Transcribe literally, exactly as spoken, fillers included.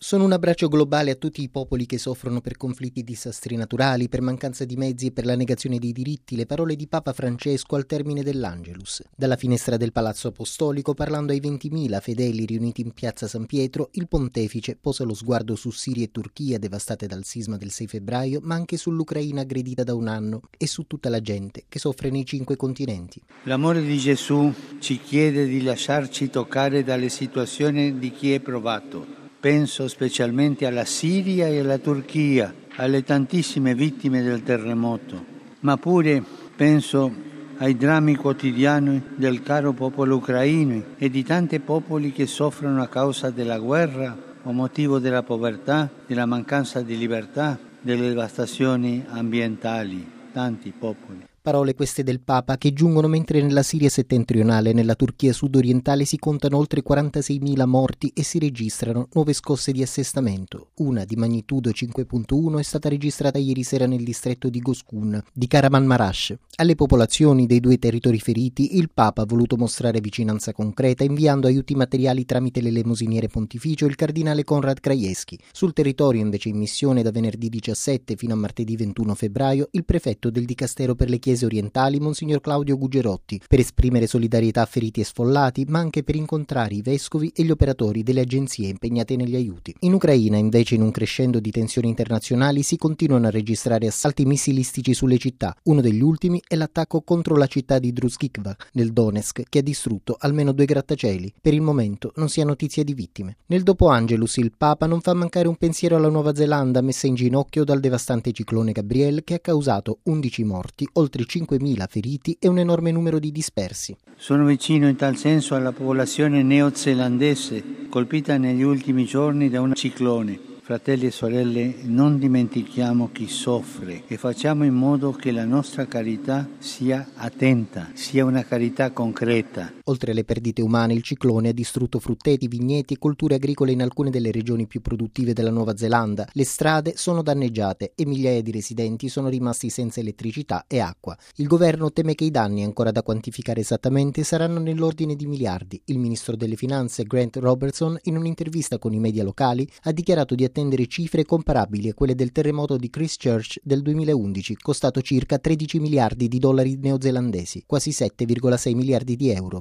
Sono un abbraccio globale a tutti i popoli che soffrono per conflitti e disastri naturali, per mancanza di mezzi e per la negazione dei diritti, le parole di Papa Francesco al termine dell'Angelus. Dalla finestra del Palazzo Apostolico, parlando ai ventimila fedeli riuniti in piazza San Pietro, il pontefice posa lo sguardo su Siria e Turchia devastate dal sisma del sei febbraio, ma anche sull'Ucraina aggredita da un anno e su tutta la gente che soffre nei cinque continenti. L'amore di Gesù ci chiede di lasciarci toccare dalle situazioni di chi è provato. Penso specialmente alla Siria e alla Turchia, alle tantissime vittime del terremoto, ma pure penso ai drammi quotidiani del caro popolo ucraino e di tanti popoli che soffrono a causa della guerra o motivo della povertà, della mancanza di libertà, delle devastazioni ambientali, tanti popoli. Parole queste del Papa che giungono mentre nella Siria settentrionale e nella Turchia sudorientale si contano oltre quarantaseimila morti e si registrano nuove scosse di assestamento. Una di magnitudo cinque virgola uno è stata registrata ieri sera nel distretto di Goskun, di Kahramanmaraş. Alle popolazioni dei due territori feriti il Papa ha voluto mostrare vicinanza concreta inviando aiuti materiali tramite l'elemosiniere pontificio il cardinale Konrad Krajewski. Sul territorio invece in missione da venerdì diciassette fino a martedì ventuno febbraio il prefetto del Dicastero per le Chiese orientali, Monsignor Claudio Gugerotti, per esprimere solidarietà a feriti e sfollati, ma anche per incontrare i vescovi e gli operatori delle agenzie impegnate negli aiuti. In Ucraina, invece, in un crescendo di tensioni internazionali, si continuano a registrare assalti missilistici sulle città. Uno degli ultimi è l'attacco contro la città di Druzhkivka, nel Donetsk, che ha distrutto almeno due grattacieli. Per il momento non si ha notizia di vittime. Nel dopo Angelus, il Papa non fa mancare un pensiero alla Nuova Zelanda, messa in ginocchio dal devastante ciclone Gabrielle, che ha causato undici morti, oltre cinquemila feriti e un enorme numero di dispersi. Sono vicino in tal senso alla popolazione neozelandese colpita negli ultimi giorni da un ciclone. Fratelli e sorelle, non dimentichiamo chi soffre e facciamo in modo che la nostra carità sia attenta, sia una carità concreta. Oltre alle perdite umane, il ciclone ha distrutto frutteti, vigneti e colture agricole in alcune delle regioni più produttive della Nuova Zelanda. Le strade sono danneggiate e migliaia di residenti sono rimasti senza elettricità e acqua. Il governo teme che i danni, ancora da quantificare esattamente, saranno nell'ordine di miliardi. Il ministro delle finanze, Grant Robertson, in un'intervista con i media locali, ha dichiarato di attendere cifre comparabili a quelle del terremoto di Christchurch del duemilaundici, costato circa tredici miliardi di dollari neozelandesi, quasi sette virgola sei miliardi di euro.